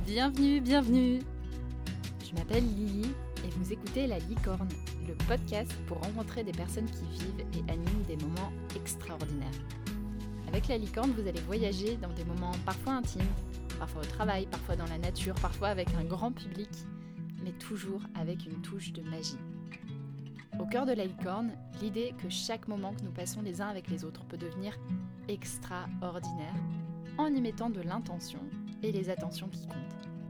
Bienvenue, bienvenue. Je m'appelle Lily et vous écoutez La Licorne, le podcast pour rencontrer des personnes qui vivent et animent des moments extraordinaires. Avec La Licorne, vous allez voyager dans des moments parfois intimes, parfois au travail, parfois dans la nature, parfois avec un grand public, mais toujours avec une touche de magie. Au cœur de La Licorne, l'idée que chaque moment que nous passons les uns avec les autres peut devenir extraordinaire en y mettant de l'intention et les attentions qui comptent.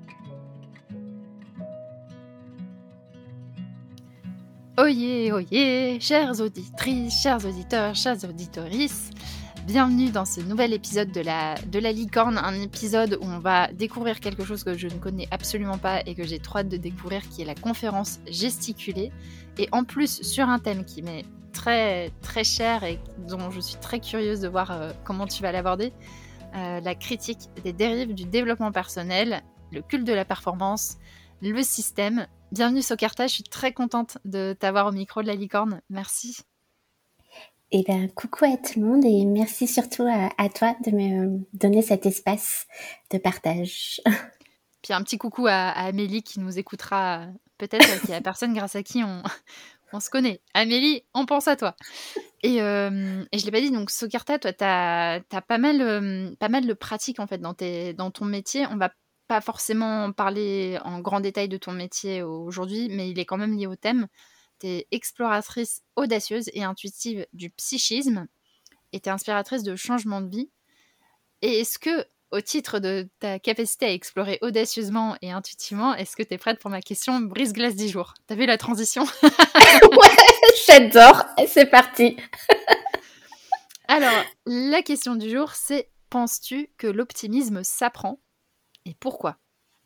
Oyez, chères auditrices, chers auditeurs, chères auditorices, bienvenue dans ce nouvel épisode de la Licorne, un épisode où on va découvrir quelque chose que je ne connais absolument pas et que j'ai trop hâte de découvrir, qui est la conférence gesticulée, et en plus sur un thème qui m'est très très cher et dont je suis très curieuse de voir comment tu vas l'aborder, la critique des dérives du développement personnel, le culte de la performance, le système. Bienvenue Sokarta, je suis très contente de t'avoir au micro de La Licorne, merci. Eh bien, coucou à tout le monde et merci surtout à toi de me donner cet espace de partage. Puis un petit coucou à Amélie qui nous écoutera peut-être, qui est la personne grâce à qui on se connaît. Amélie, on pense à toi. Et je l'ai pas dit, donc Sokarta, toi, t'as pas mal de pratiques en fait dans ton métier. On va pas forcément parler en grand détail de ton métier aujourd'hui, mais il est quand même lié au thème. T'es exploratrice audacieuse et intuitive du psychisme et t'es inspiratrice de changement de vie. Et est-ce que, au titre de ta capacité à explorer audacieusement et intuitivement, est-ce que t'es prête pour ma question brise-glace du jour ? T'as vu la transition ? Ouais, j'adore. C'est parti. Alors, la question du jour, c'est: penses-tu que l'optimisme s'apprend et pourquoi ?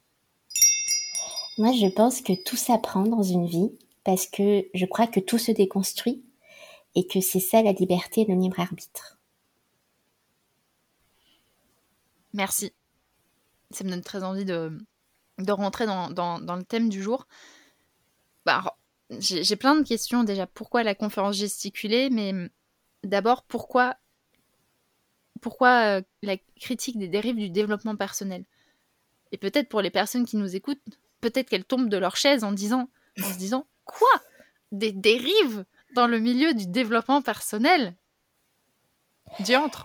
Moi, je pense que tout s'apprend dans une vie parce que je crois que tout se déconstruit et que c'est ça la liberté et le libre arbitre. Merci. Ça me donne très envie de rentrer dans le thème du jour. Alors, j'ai plein de questions déjà. Pourquoi la conférence gesticulée ? Mais d'abord, pourquoi la critique des dérives du développement personnel ? Et peut-être pour les personnes qui nous écoutent, peut-être qu'elles tombent de leur chaise en se disant quoi ? Des dérives dans le milieu du développement personnel ? Diantre.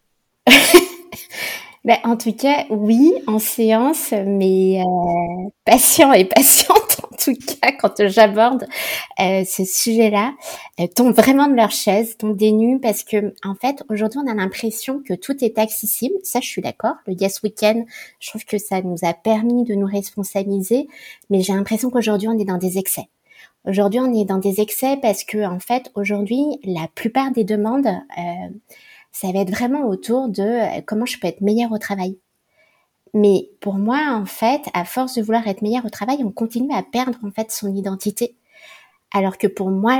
Ben, en tout cas, oui, en séance, mais patients et patientes, en tout cas, quand j'aborde ce sujet-là, tombent vraiment de leur chaise, tombent des nues, parce que en fait, aujourd'hui, on a l'impression que tout est accessible. Ça, je suis d'accord. Le Yes Weekend, je trouve que ça nous a permis de nous responsabiliser, mais j'ai l'impression qu'aujourd'hui, on est dans des excès. Aujourd'hui, on est dans des excès parce que, en fait, aujourd'hui, la plupart des demandes, ça va être vraiment autour de comment je peux être meilleure au travail. Mais pour moi, en fait, à force de vouloir être meilleure au travail, on continue à perdre en fait son identité. Alors que pour moi,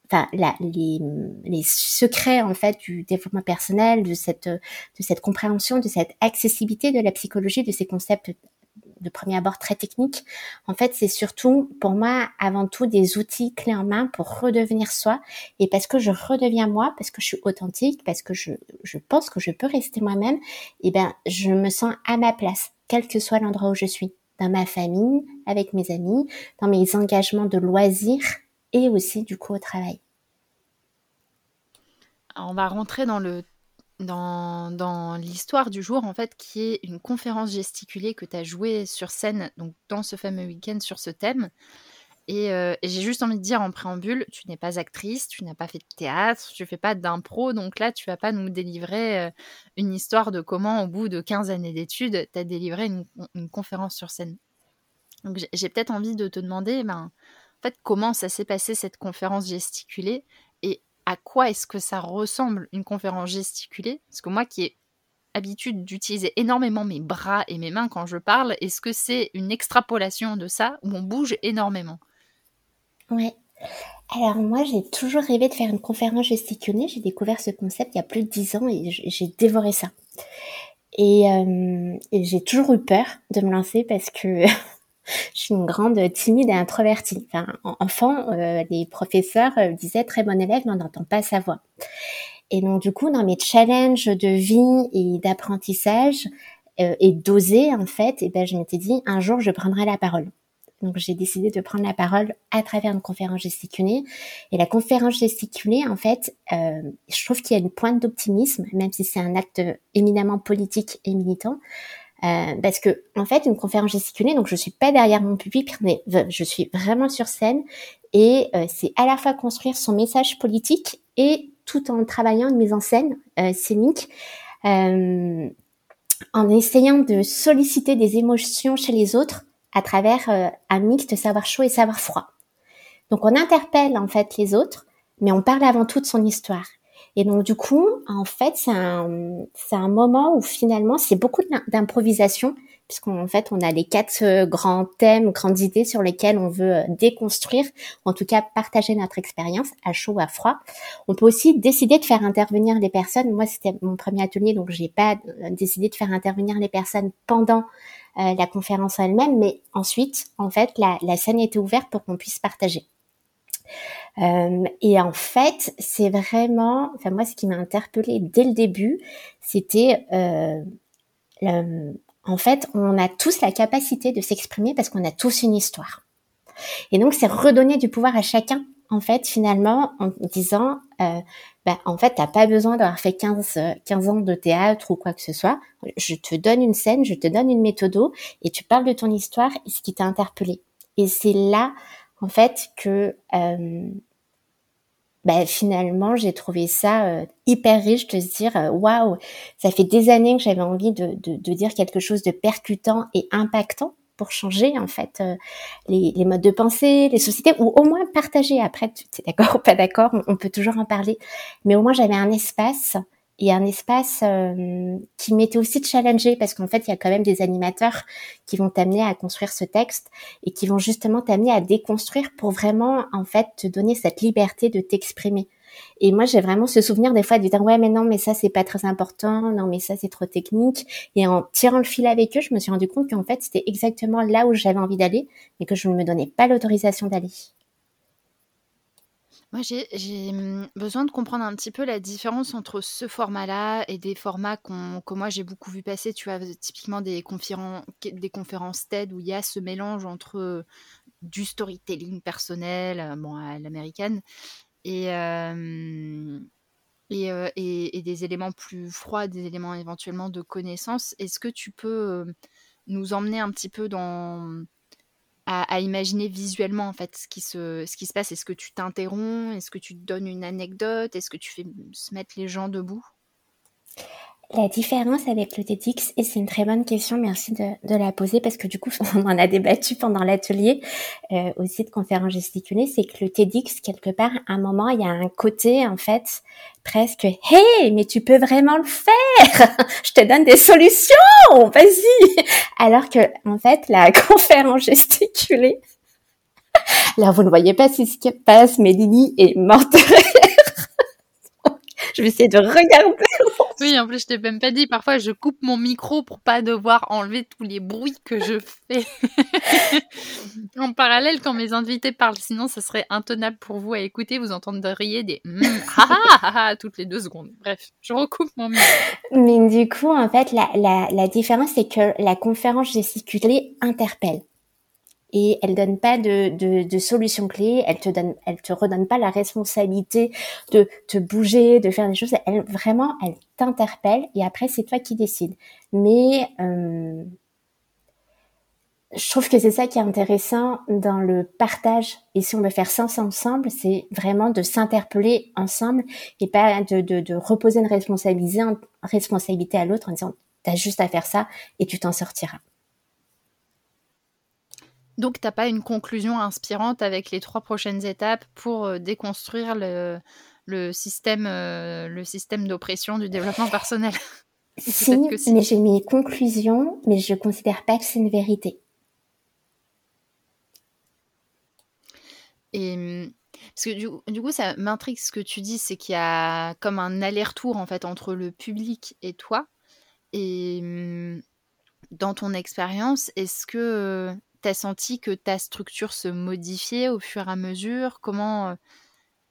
les secrets en fait du développement personnel, de cette compréhension, de cette accessibilité de la psychologie, de ces concepts de premier abord très techniques, en fait, c'est surtout pour moi avant tout des outils clés en main pour redevenir soi. Et parce que je redeviens moi, parce que je suis authentique, parce que je pense que je peux rester moi-même, et ben je me sens à ma place, quel que soit l'endroit où je suis, dans ma famille, avec mes amis, dans mes engagements de loisirs et aussi du coup au travail. Alors, on va rentrer dans l'histoire du jour, en fait, qui est une conférence gesticulée que tu as jouée sur scène, donc dans ce fameux week-end, sur ce thème. Et j'ai juste envie de dire en préambule, tu n'es pas actrice, tu n'as pas fait de théâtre, tu fais pas d'impro, donc là, tu vas pas nous délivrer une histoire de comment, au bout de 15 années d'études, tu as délivré une conférence sur scène. Donc j'ai peut-être envie de te demander, en fait, comment ça s'est passé cette conférence gesticulée et à quoi est-ce que ça ressemble une conférence gesticulée ? Parce que moi qui ai habitude d'utiliser énormément mes bras et mes mains quand je parle, est-ce que c'est une extrapolation de ça où on bouge énormément ? Ouais. Alors moi, j'ai toujours rêvé de faire une conférence gesticulée. J'ai découvert ce concept il y a plus de 10 ans et j'ai dévoré ça. Et j'ai toujours eu peur de me lancer parce que je suis une grande timide et introvertie. Enfin, enfant, les professeurs disaient très bon élève, mais on n'entend pas sa voix. Et donc du coup, dans mes challenges de vie et d'apprentissage, et d'oser en fait, et ben je m'étais dit un jour je prendrai la parole. Donc j'ai décidé de prendre la parole à travers une conférence gesticulée. Et la conférence gesticulée, en fait, je trouve qu'il y a une pointe d'optimisme, même si c'est un acte éminemment politique et militant. Parce que en fait, une conférence gesticulée, donc je suis pas derrière mon pupitre, mais je suis vraiment sur scène. Et c'est à la fois construire son message politique et tout en travaillant une mise en scène scénique. En essayant de solliciter des émotions chez les autres à travers un mix de savoir chaud et savoir froid. Donc on interpelle en fait les autres, mais on parle avant tout de son histoire. Et donc du coup, en fait, c'est un moment où finalement c'est beaucoup d'improvisation, puisqu'en fait on a les 4 grands thèmes, grandes idées sur lesquelles on veut déconstruire, ou en tout cas partager notre expérience à chaud ou à froid. On peut aussi décider de faire intervenir les personnes. Moi, c'était mon premier atelier, donc j'ai pas décidé de faire intervenir les personnes pendant la conférence elle-même, mais ensuite, en fait, la scène était ouverte pour qu'on puisse partager. Et en fait, c'est vraiment, enfin moi, ce qui m'a interpellée dès le début, c'était, en fait, on a tous la capacité de s'exprimer parce qu'on a tous une histoire. Et donc, c'est redonner du pouvoir à chacun, en fait, finalement, en disant, en fait, t'as pas besoin d'avoir fait 15 ans de théâtre ou quoi que ce soit. Je te donne une scène, je te donne une méthodo et tu parles de ton histoire et ce qui t'a interpellé. Et c'est là, en fait, que finalement, j'ai trouvé ça hyper riche de se dire waouh, ça fait des années que j'avais envie de dire quelque chose de percutant et impactant pour changer en fait les modes de pensée, les sociétés, ou au moins partager. Après, tu es d'accord ou pas d'accord, on peut toujours en parler, mais au moins j'avais un espace et un espace qui m'était aussi challenger, parce qu'en fait, il y a quand même des animateurs qui vont t'amener à construire ce texte et qui vont justement t'amener à déconstruire pour vraiment, en fait, te donner cette liberté de t'exprimer. Et moi, j'ai vraiment ce souvenir des fois de dire, ouais, mais non, mais ça, c'est pas très important. Non, mais ça, c'est trop technique. Et en tirant le fil avec eux, je me suis rendu compte qu'en fait, c'était exactement là où j'avais envie d'aller, mais que je ne me donnais pas l'autorisation d'aller. Moi, j'ai besoin de comprendre un petit peu la différence entre ce format-là et des formats que moi j'ai beaucoup vu passer, tu vois, typiquement des conférences TED où il y a ce mélange entre du storytelling personnel, bon, à l'américaine, et, et des éléments plus froids, des éléments éventuellement de connaissance. Est-ce que tu peux nous emmener un petit peu à imaginer visuellement en fait ce qui se passe? Est-ce que tu t'interromps? Est-ce que tu donnes une anecdote? Est-ce que tu fais se mettre les gens debout? La différence avec le TEDx, et c'est une très bonne question, merci de la poser, parce que du coup, on en a débattu pendant l'atelier aussi de conférence gesticulée, c'est que le TEDx, quelque part, à un moment, il y a un côté, en fait, presque « Hey, mais tu peux vraiment le faire! Je te donne des solutions! Vas-y !» Alors que, en fait, la conférence gesticulée, là, vous ne voyez pas ce qui passe, mais Lily est morte de rire. Je vais essayer de regarder. Oui, en plus, je t'ai même pas dit, parfois je coupe mon micro pour pas devoir enlever tous les bruits que je fais en parallèle quand mes invités parlent. Sinon, ça serait intenable pour vous à écouter. Vous entendriez des toutes les 2 secondes. Bref, je recoupe mon micro. Mais du coup, en fait, la différence, c'est que la conférence gesticulée interpelle. Et elle donne pas de solution clé, elle te redonne pas la responsabilité de te bouger, de faire des choses. Elle t'interpelle et après c'est toi qui décides. Mais je trouve que c'est ça qui est intéressant dans le partage. Et si on veut faire sens ensemble, c'est vraiment de s'interpeller ensemble et pas de reposer une responsabilité à l'autre en disant t'as juste à faire ça et tu t'en sortiras. Donc, t'as pas une conclusion inspirante avec les 3 prochaines étapes pour déconstruire le système d'oppression du développement personnel? Si, Peut-être que si. mais j'ai mes conclusions, mais je considère pas que c'est une vérité. Et parce que du coup, ça m'intrigue ce que tu dis, c'est qu'il y a comme un aller-retour en fait entre le public et toi. Et dans ton expérience, est-ce que tu as senti que ta structure se modifiait au fur et à mesure?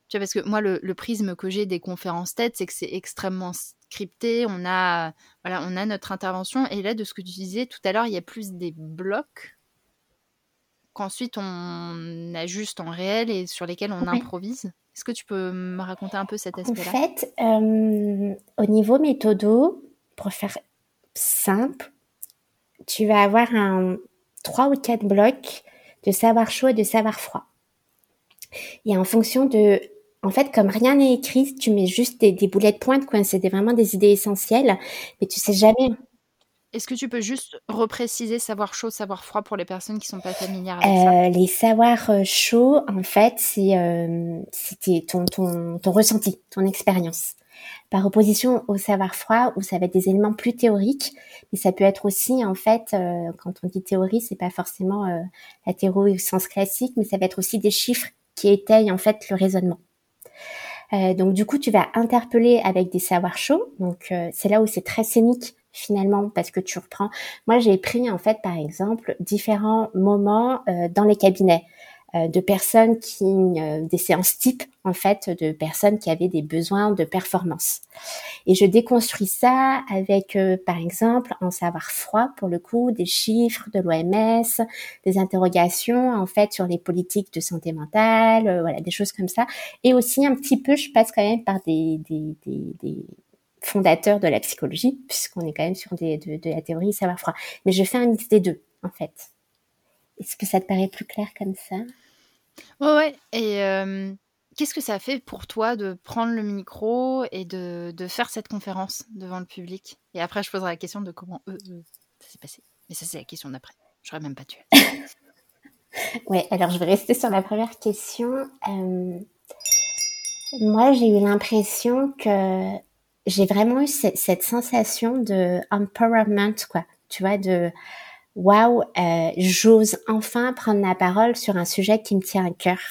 Tu vois, parce que moi, le prisme que j'ai des conférences TED, c'est que c'est extrêmement scripté. On a notre intervention. Et là, de ce que tu disais tout à l'heure, il y a plus des blocs qu'ensuite on ajuste en réel et sur lesquels on improvise. Est-ce que tu peux me raconter un peu cet aspect-là ? En fait, au niveau méthodo, pour faire simple, tu vas avoir 3 ou 4 blocs de savoir chaud et de savoir froid. Et en fonction de... En fait, comme rien n'est écrit, tu mets juste des boulets de pointe, quoi. C'est vraiment des idées essentielles, mais tu sais jamais. Est-ce que tu peux juste repréciser savoir chaud, savoir froid pour les personnes qui sont pas familières avec ça ? Les savoirs chauds, en fait, c'était ton ressenti, ton expérience. Par opposition au savoir froid, où ça va être des éléments plus théoriques, mais ça peut être aussi, en fait, quand on dit théorie, c'est pas forcément la théorie au sens classique, mais ça va être aussi des chiffres qui étayent, en fait, le raisonnement. Donc, du coup, tu vas interpeller avec des savoirs chauds. Donc, c'est là où c'est très scénique, finalement, parce que tu reprends. Moi, j'ai pris, en fait, par exemple, différents moments dans les cabinets de personnes des séances types, en fait, de personnes qui avaient des besoins de performance. Et je déconstruis ça avec, par exemple, en savoir froid, pour le coup, des chiffres de l'OMS, des interrogations, en fait, sur les politiques de santé mentale, voilà, des choses comme ça. Et aussi, un petit peu, je passe quand même par des fondateurs de la psychologie, puisqu'on est quand même sur de la théorie savoir froid. Mais je fais un mix des deux, en fait. Est-ce que ça te paraît plus clair comme ça ? Ouais. Et qu'est-ce que ça a fait pour toi de prendre le micro et de faire cette conférence devant le public ? Et après, je poserai la question de comment ça s'est passé. Mais ça, c'est la question d'après. J'aurais même pas tué. Ouais, alors je vais rester sur la première question. Moi, j'ai eu l'impression que j'ai vraiment eu cette sensation de empowerment, quoi. Tu vois, de waouh, j'ose enfin prendre la parole sur un sujet qui me tient à cœur.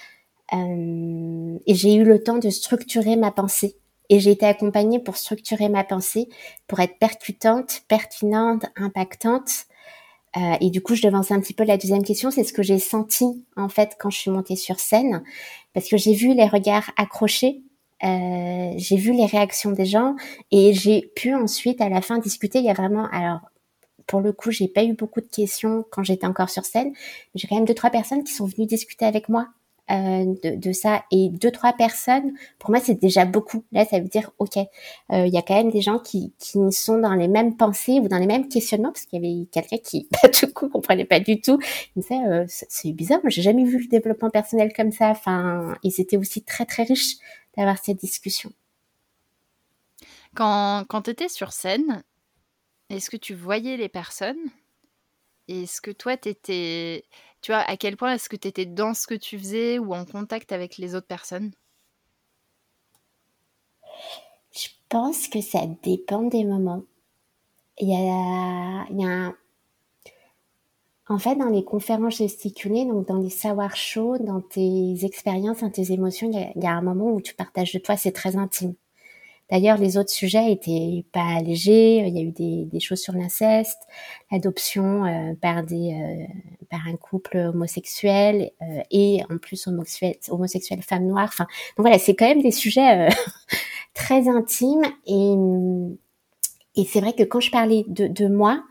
Et j'ai eu le temps de structurer ma pensée. Et j'ai été accompagnée pour structurer ma pensée, pour être percutante, pertinente, impactante. Et du coup, je devance un petit peu la deuxième question. C'est ce que j'ai senti, en fait, quand je suis montée sur scène. Parce que j'ai vu les regards accrochés. J'ai vu les réactions des gens. Et j'ai pu ensuite, à la fin, discuter. Il y a vraiment... Alors, pour le coup, j'ai pas eu beaucoup de questions quand j'étais encore sur scène. Mais j'ai quand même 2-3 personnes qui sont venues discuter avec moi de ça. Et 2-3 personnes, pour moi, c'est déjà beaucoup. Là, ça veut dire, ok, il y a quand même des gens qui sont dans les mêmes pensées ou dans les mêmes questionnements, parce qu'il y avait quelqu'un qui, du coup, comprenait pas du tout. Il me disait, c'est bizarre, moi, j'ai jamais vu le développement personnel comme ça. Enfin, et c'était aussi très, très riche d'avoir cette discussion. Quand tu étais sur scène, est-ce que tu voyais les personnes ? Et est-ce que toi, t'étais... Tu vois, à quel point est-ce que tu étais dans ce que tu faisais ou en contact avec les autres personnes ? Je pense que ça dépend des moments. Il y a en fait, dans les conférences gesticulées, donc dans les savoirs chauds, dans tes expériences, dans tes émotions, il y a un moment où tu partages de toi, c'est très intime. D'ailleurs, les autres sujets étaient pas allégés. Il y a eu des choses sur l'inceste, l'adoption par un couple homosexuel et en plus homosexuel femme noire. Enfin, donc voilà, c'est quand même des sujets très intimes et c'est vrai que quand je parlais de moi,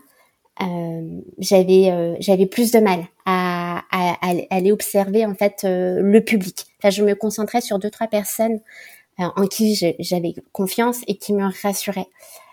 j'avais plus de mal à aller observer en fait le public. Enfin, je me concentrais sur 2-3 personnes en qui j'avais confiance et qui me rassuraient.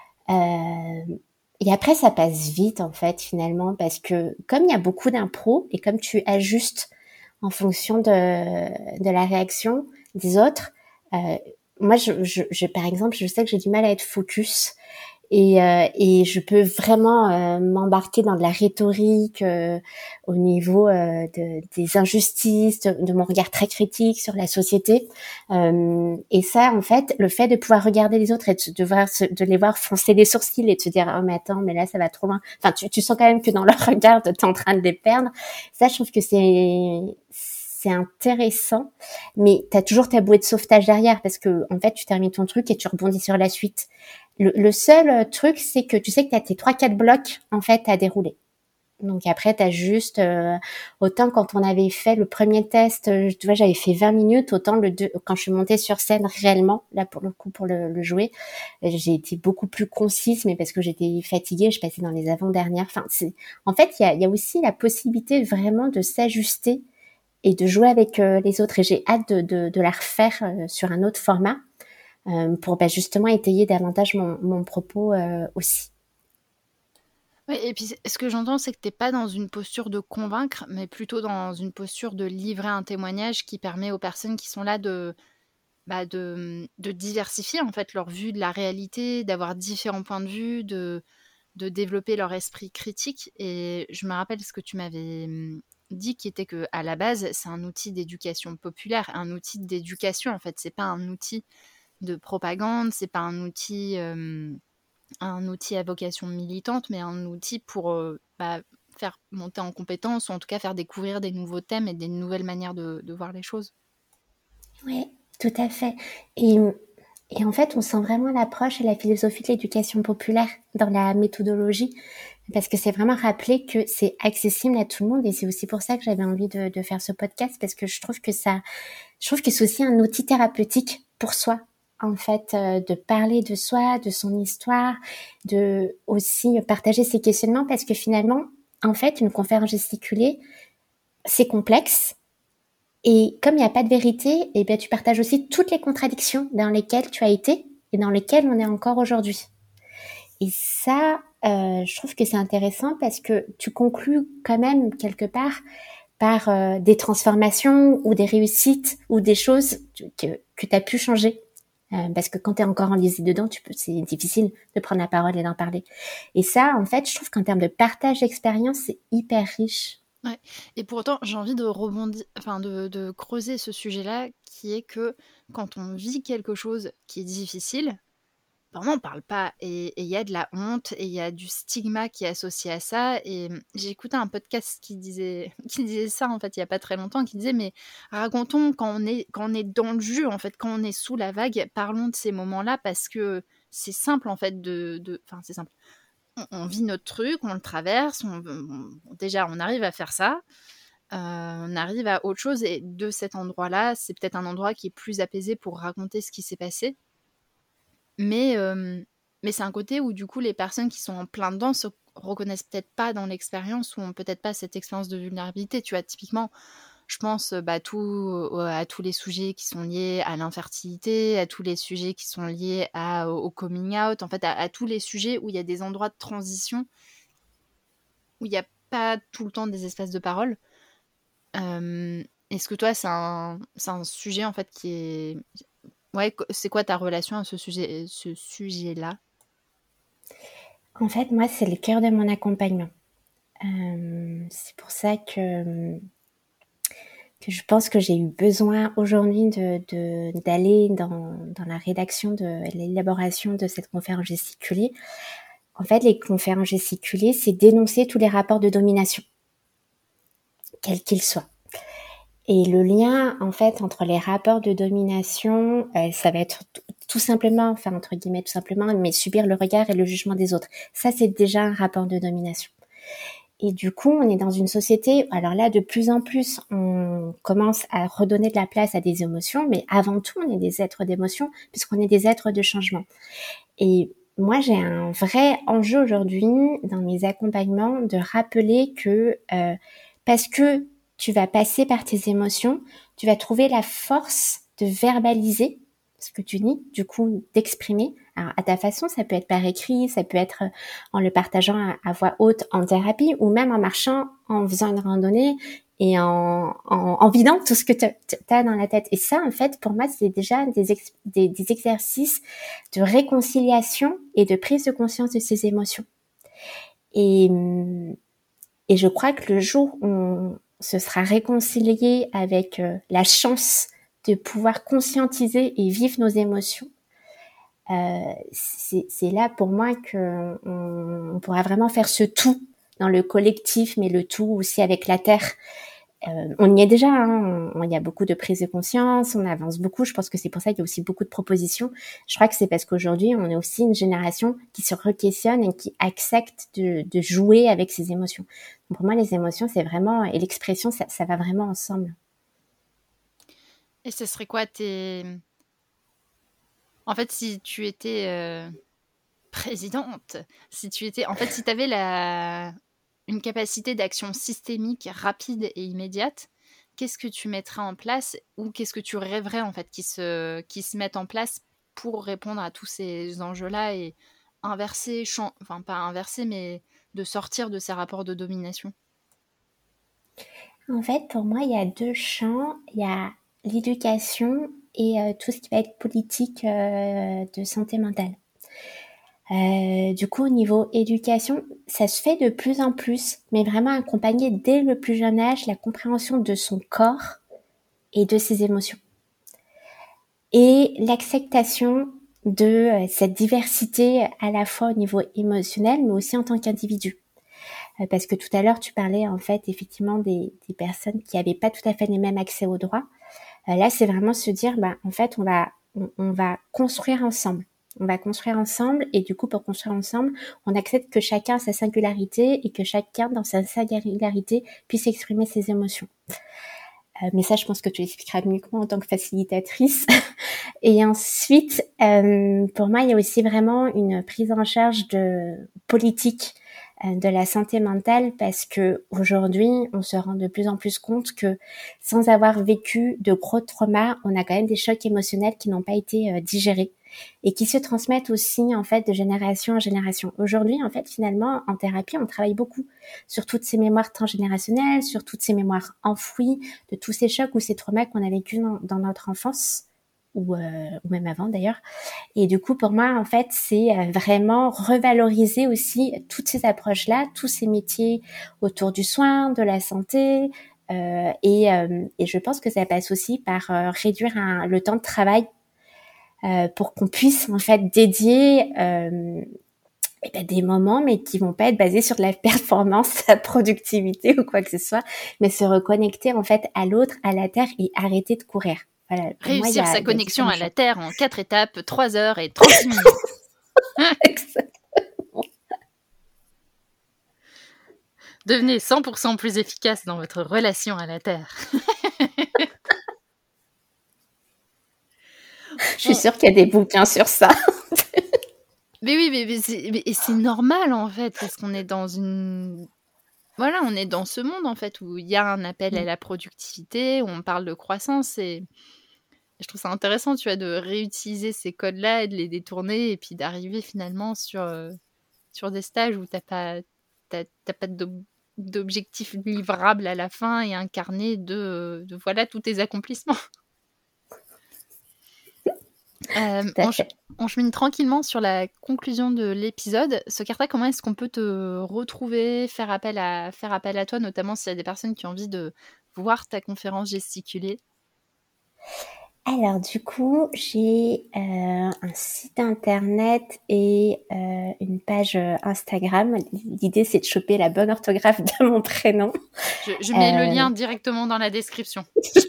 Et après, ça passe vite en fait finalement parce que comme il y a beaucoup d'impro et comme tu ajustes en fonction de la réaction des autres, moi, par exemple, je sais que j'ai du mal à être focus et je peux vraiment m'embarquer dans de la rhétorique au niveau des injustices, de mon regard très critique sur la société. Et ça, en fait, le fait de pouvoir regarder les autres et de les voir froncer les sourcils et de se dire « Oh, mais attends, mais là, ça va trop loin ». Enfin, tu sens quand même que dans leur regard, t'es en train de les perdre. Ça, je trouve que c'est intéressant, mais t'as toujours ta bouée de sauvetage derrière parce que en fait tu termines ton truc et tu rebondis sur la suite. Le seul truc, c'est que tu sais que t'as tes 3-4 blocs en fait à dérouler. Donc après, t'as juste autant quand on avait fait le premier test, tu vois, j'avais fait 20 minutes, autant quand je suis montée sur scène réellement, là pour le coup pour le jouer, j'ai été beaucoup plus concise, mais parce que j'étais fatiguée, je passais dans les avant-dernières. Enfin, en fait, il y a aussi la possibilité vraiment de s'ajuster et de jouer avec les autres. Et j'ai hâte de la refaire sur un autre format pour justement étayer davantage mon propos aussi. Ouais, et puis ce que j'entends, c'est que t'es pas dans une posture de convaincre, mais plutôt dans une posture de livrer un témoignage qui permet aux personnes qui sont là de diversifier en fait leur vue de la réalité, d'avoir différents points de vue, de développer leur esprit critique. Et je me rappelle ce que tu m'avais dit, qui était que à la base, c'est un outil d'éducation populaire, un outil d'éducation en fait. C'est pas un outil de propagande, c'est pas un outil à vocation militante, mais un outil pour faire monter en compétence, ou en tout cas faire découvrir des nouveaux thèmes et des nouvelles manières de voir les choses. Oui, tout à fait. Et en fait, on sent vraiment l'approche et la philosophie de l'éducation populaire dans la méthodologie, parce que c'est vraiment rappeler que c'est accessible à tout le monde, et c'est aussi pour ça que j'avais envie de faire ce podcast, parce que je trouve que c'est aussi un outil thérapeutique pour soi, en fait, de parler de soi, de son histoire, de aussi partager ses questionnements, parce que finalement, en fait, une conférence gesticulée, c'est complexe. Et comme il n'y a pas de vérité, eh bien, tu partages aussi toutes les contradictions dans lesquelles tu as été et dans lesquelles on est encore aujourd'hui. Et ça, je trouve que c'est intéressant parce que tu conclus quand même quelque part par des transformations ou des réussites ou des choses que tu as pu changer. Parce que quand tu es encore enlisé dedans, c'est difficile de prendre la parole et d'en parler. Et ça, en fait, je trouve qu'en termes de partage d'expérience, c'est hyper riche. Ouais. Et pour autant, j'ai envie de rebondir, enfin de creuser ce sujet-là, qui est que quand on vit quelque chose qui est difficile, on n'en parle pas. Et il y a de la honte, et il y a du stigma qui est associé à ça. Et j'ai écouté un podcast qui disait, qui disait ça, en fait, il n'y a pas très longtemps, qui disait, mais racontons quand on est dans le jus, en fait, quand on est sous la vague, parlons de ces moments-là, parce que c'est simple, en fait, enfin, c'est simple. On vit notre truc, on le traverse, déjà, on arrive à faire ça. On arrive à autre chose, et de cet endroit-là, c'est peut-être un endroit qui est plus apaisé pour raconter ce qui s'est passé. Mais c'est un côté où du coup les personnes qui sont en plein dedans se reconnaissent peut-être pas dans l'expérience, ou ont peut-être pas cette expérience de vulnérabilité. Tu vois, typiquement, je pense à tous les sujets qui sont liés à l'infertilité, à tous les sujets qui sont liés au coming out, en fait à tous les sujets où il y a des endroits de transition, où il n'y a pas tout le temps des espaces de parole. Est-ce que toi, c'est un sujet en fait qui est... Ouais, c'est quoi ta relation à ce sujet-là? En fait, moi, c'est le cœur de mon accompagnement. C'est pour ça que je pense que j'ai eu besoin aujourd'hui d'aller dans la rédaction de l'élaboration de cette conférence gesticulée. En fait, les conférences gesticulées, c'est dénoncer tous les rapports de domination, quels qu'ils soient. Et le lien, en fait, entre les rapports de domination, ça va être tout simplement, enfin, entre guillemets, tout simplement, mais subir le regard et le jugement des autres. Ça, c'est déjà un rapport de domination. Et du coup, on est dans une société, alors là, de plus en plus, on commence à redonner de la place à des émotions, mais avant tout, on est des êtres d'émotion, puisqu'on est des êtres de changement. Et moi, j'ai un vrai enjeu aujourd'hui dans mes accompagnements de rappeler que parce que tu vas passer par tes émotions, tu vas trouver la force de verbaliser ce que tu dis, du coup d'exprimer. Alors à ta façon, ça peut être par écrit, ça peut être en le partageant à voix haute en thérapie, ou même en marchant, en faisant une randonnée et en vidant tout ce que tu as dans la tête. Et ça, en fait, pour moi, c'est déjà des exercices de réconciliation et de prise de conscience de ses émotions. Et je crois que le jour où on se sera réconcilié avec la chance de pouvoir conscientiser et vivre nos émotions, c'est là pour moi qu'on pourra vraiment faire ce tout dans le collectif, mais le tout aussi avec la terre, On y est déjà, hein, il y a beaucoup de prise de conscience, on avance beaucoup. Je pense que c'est pour ça qu'il y a aussi beaucoup de propositions. Je crois que c'est parce qu'aujourd'hui, on est aussi une génération qui se re-questionne et qui accepte de jouer avec ses émotions. Donc pour moi, les émotions, c'est vraiment, et l'expression, ça va vraiment ensemble. Et ce serait quoi tes... En fait, si tu étais présidente, si tu étais... En fait, si tu avais une capacité d'action systémique, rapide et immédiate, qu'est-ce que tu mettrais en place ou qu'est-ce que tu rêverais en fait qui se mettent en place pour répondre à tous ces enjeux-là et inverser, enfin pas inverser, mais de sortir de ces rapports de domination? En fait, pour moi, il y a deux champs. Il y a l'éducation et tout ce qui va être politique de santé mentale. Du coup, au niveau éducation, ça se fait de plus en plus, mais vraiment accompagner dès le plus jeune âge la compréhension de son corps et de ses émotions. Et l'acceptation de cette diversité à la fois au niveau émotionnel, mais aussi en tant qu'individu. Parce que tout à l'heure, tu parlais en fait effectivement des personnes qui n'avaient pas tout à fait les mêmes accès aux droits. Là, c'est vraiment se dire, en fait, on va construire ensemble. On va construire ensemble et du coup, pour construire ensemble, on accepte que chacun a sa singularité et que chacun, dans sa singularité, puisse exprimer ses émotions. Mais ça, je pense que tu l'expliqueras mieux que moi en tant que facilitatrice. Et ensuite, pour moi, il y a aussi vraiment une prise en charge de politique de la santé mentale parce que aujourd'hui, on se rend de plus en plus compte que sans avoir vécu de gros traumas, on a quand même des chocs émotionnels qui n'ont pas été digérés et qui se transmettent aussi en fait de génération en génération. Aujourd'hui, en fait, finalement, en thérapie, on travaille beaucoup sur toutes ces mémoires transgénérationnelles, sur toutes ces mémoires enfouies, de tous ces chocs ou ces traumas qu'on a vécu dans notre enfance ou même avant d'ailleurs. Et du coup, pour moi, en fait, c'est vraiment revaloriser aussi toutes ces approches-là, tous ces métiers autour du soin, de la santé. Et je pense que ça passe aussi par réduire le temps de travail pour qu'on puisse en fait dédier des moments, mais qui vont pas être basés sur de la performance, la productivité ou quoi que ce soit, mais se reconnecter en fait à l'autre, à la terre et arrêter de courir. Voilà, pour moi, Réussir sa il y a connexion différents à la champs. Terre en 4 étapes, 3 heures et 36 minutes. Devenez 100% plus efficace dans votre relation à la Terre. Je suis sûre qu'il y a des bouquins sur ça. Mais oui, mais c'est normal en fait, parce qu'on est dans Voilà, on est dans ce monde en fait où il y a un appel à la productivité, où on parle de croissance et je trouve ça intéressant, tu vois, de réutiliser ces codes-là et de les détourner et puis d'arriver finalement sur des stages où t'as pas d'objectif livrable à la fin et un carnet de voilà tous tes accomplissements. Tout à fait. On chemine tranquillement sur la conclusion de l'épisode. Sokarta, comment est-ce qu'on peut te retrouver, faire appel à toi, notamment s'il y a des personnes qui ont envie de voir ta conférence gesticulée? Alors du coup, j'ai un site internet et une page Instagram. L'idée, c'est de choper la bonne orthographe de mon prénom. Je mets le lien directement dans la description.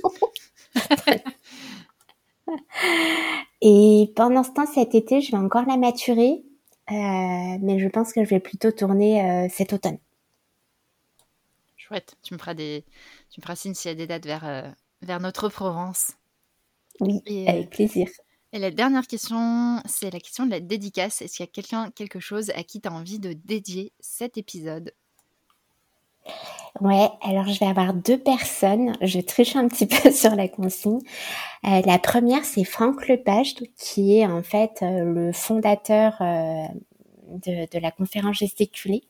Et pendant ce temps, cet été, je vais encore la maturer, mais je pense que je vais plutôt tourner cet automne. Chouette, tu me feras signe s'il y a des dates vers notre Provence. Oui, Et, avec plaisir. Et la dernière question, c'est la question de la dédicace. Est-ce qu'il y a quelque chose à qui tu as envie de dédier cet épisode? Ouais, alors je vais avoir 2 personnes. Je triche un petit peu sur la consigne. La première, c'est Franck Lepage, qui est en fait le fondateur de la conférence gesticulée.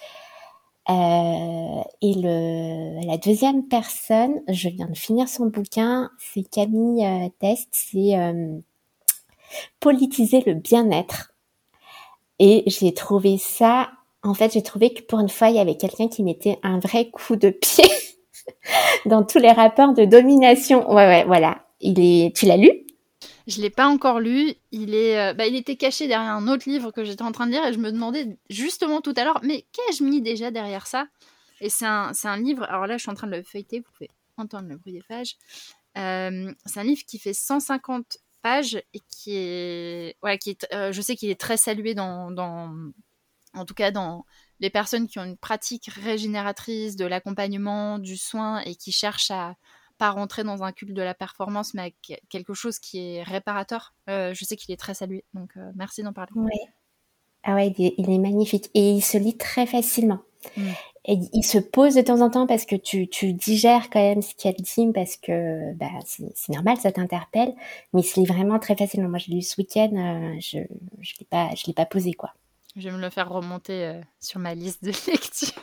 Et la deuxième personne, je viens de finir son bouquin, c'est Camille Test, c'est Politiser le bien-être. Et j'ai trouvé ça, en fait, j'ai trouvé que pour une fois, il y avait quelqu'un qui mettait un vrai coup de pied dans tous les rapports de domination. Ouais, voilà. Tu l'as lu? Je l'ai pas encore lu. Il était caché derrière un autre livre que j'étais en train de lire et je me demandais justement tout à l'heure, mais qu'ai-je mis déjà derrière ça? Et c'est un livre, alors là je suis en train de le feuilleter, vous pouvez entendre le bruit des pages. C'est un livre qui fait 150 pages et qui est, je sais qu'il est très salué en tout cas dans les personnes qui ont une pratique régénératrice de l'accompagnement, du soin et qui cherchent à pas rentrer dans un culte de la performance, mais à quelque chose qui est réparateur. Je sais qu'il est très salué, donc merci d'en parler. Ouais. Ah ouais, il est magnifique et il se lit très facilement. Et il se pose de temps en temps parce que tu digères quand même ce qu'elle dit parce que c'est normal, ça t'interpelle, mais il se lit vraiment très facilement. Moi, je l'ai lu ce week-end, je l'ai pas posé quoi. Je vais me le faire remonter sur ma liste de lecture.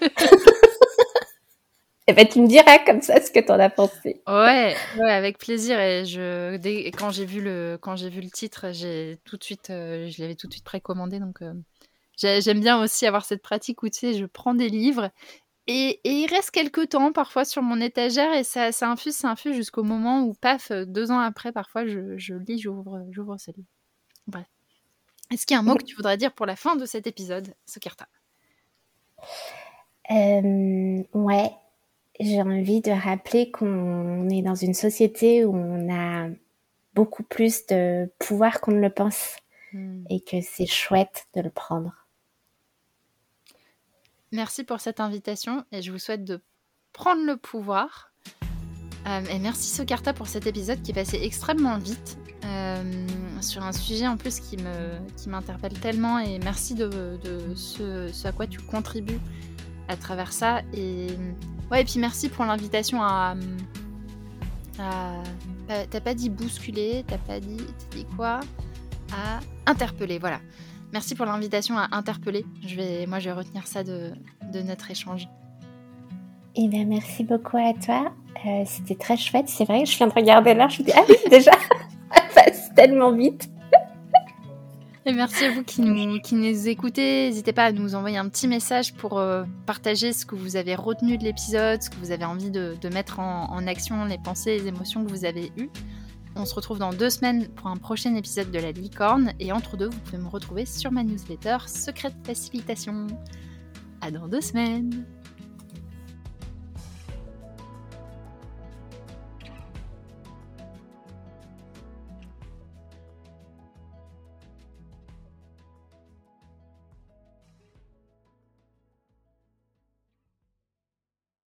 Et ben tu me diras comme ça ce que t'en as pensé. Ouais, avec plaisir. Et quand j'ai vu le titre, j'ai tout de suite, je l'avais tout de suite précommandé. Donc j'aime bien aussi avoir cette pratique où tu sais, je prends des livres et il reste quelques temps parfois sur mon étagère et ça infuse jusqu'au moment où paf, 2 ans après, parfois je lis, j'ouvre ce livre. Bref. Est-ce qu'il y a un mot que tu voudrais dire pour la fin de cet épisode, Sokerta? Ouais. J'ai envie de rappeler qu'on est dans une société où on a beaucoup plus de pouvoir qu'on ne le pense et que c'est chouette de le prendre. Merci pour cette invitation et je vous souhaite de prendre le pouvoir. Et merci Sokerta pour cet épisode qui est passé extrêmement vite sur un sujet en plus qui m'interpelle tellement, et merci de ce à quoi tu contribues à travers ça. Et puis merci pour l'invitation à t'as pas dit bousculer, t'as dit quoi? À interpeller, voilà. Merci pour l'invitation à interpeller. Je vais retenir ça de notre échange. Eh bien, merci beaucoup à toi. C'était très chouette. C'est vrai, je viens de regarder l'heure. Je me dis, ah oui, déjà, ça passe tellement vite. Et merci à vous qui nous écoutez. N'hésitez pas à nous envoyer un petit message pour partager ce que vous avez retenu de l'épisode, ce que vous avez envie de mettre en action, les pensées, les émotions que vous avez eues. On se retrouve dans 2 semaines pour un prochain épisode de La Licorne. Et entre deux, vous pouvez me retrouver sur ma newsletter Secret Facilitation. À dans 2 semaines.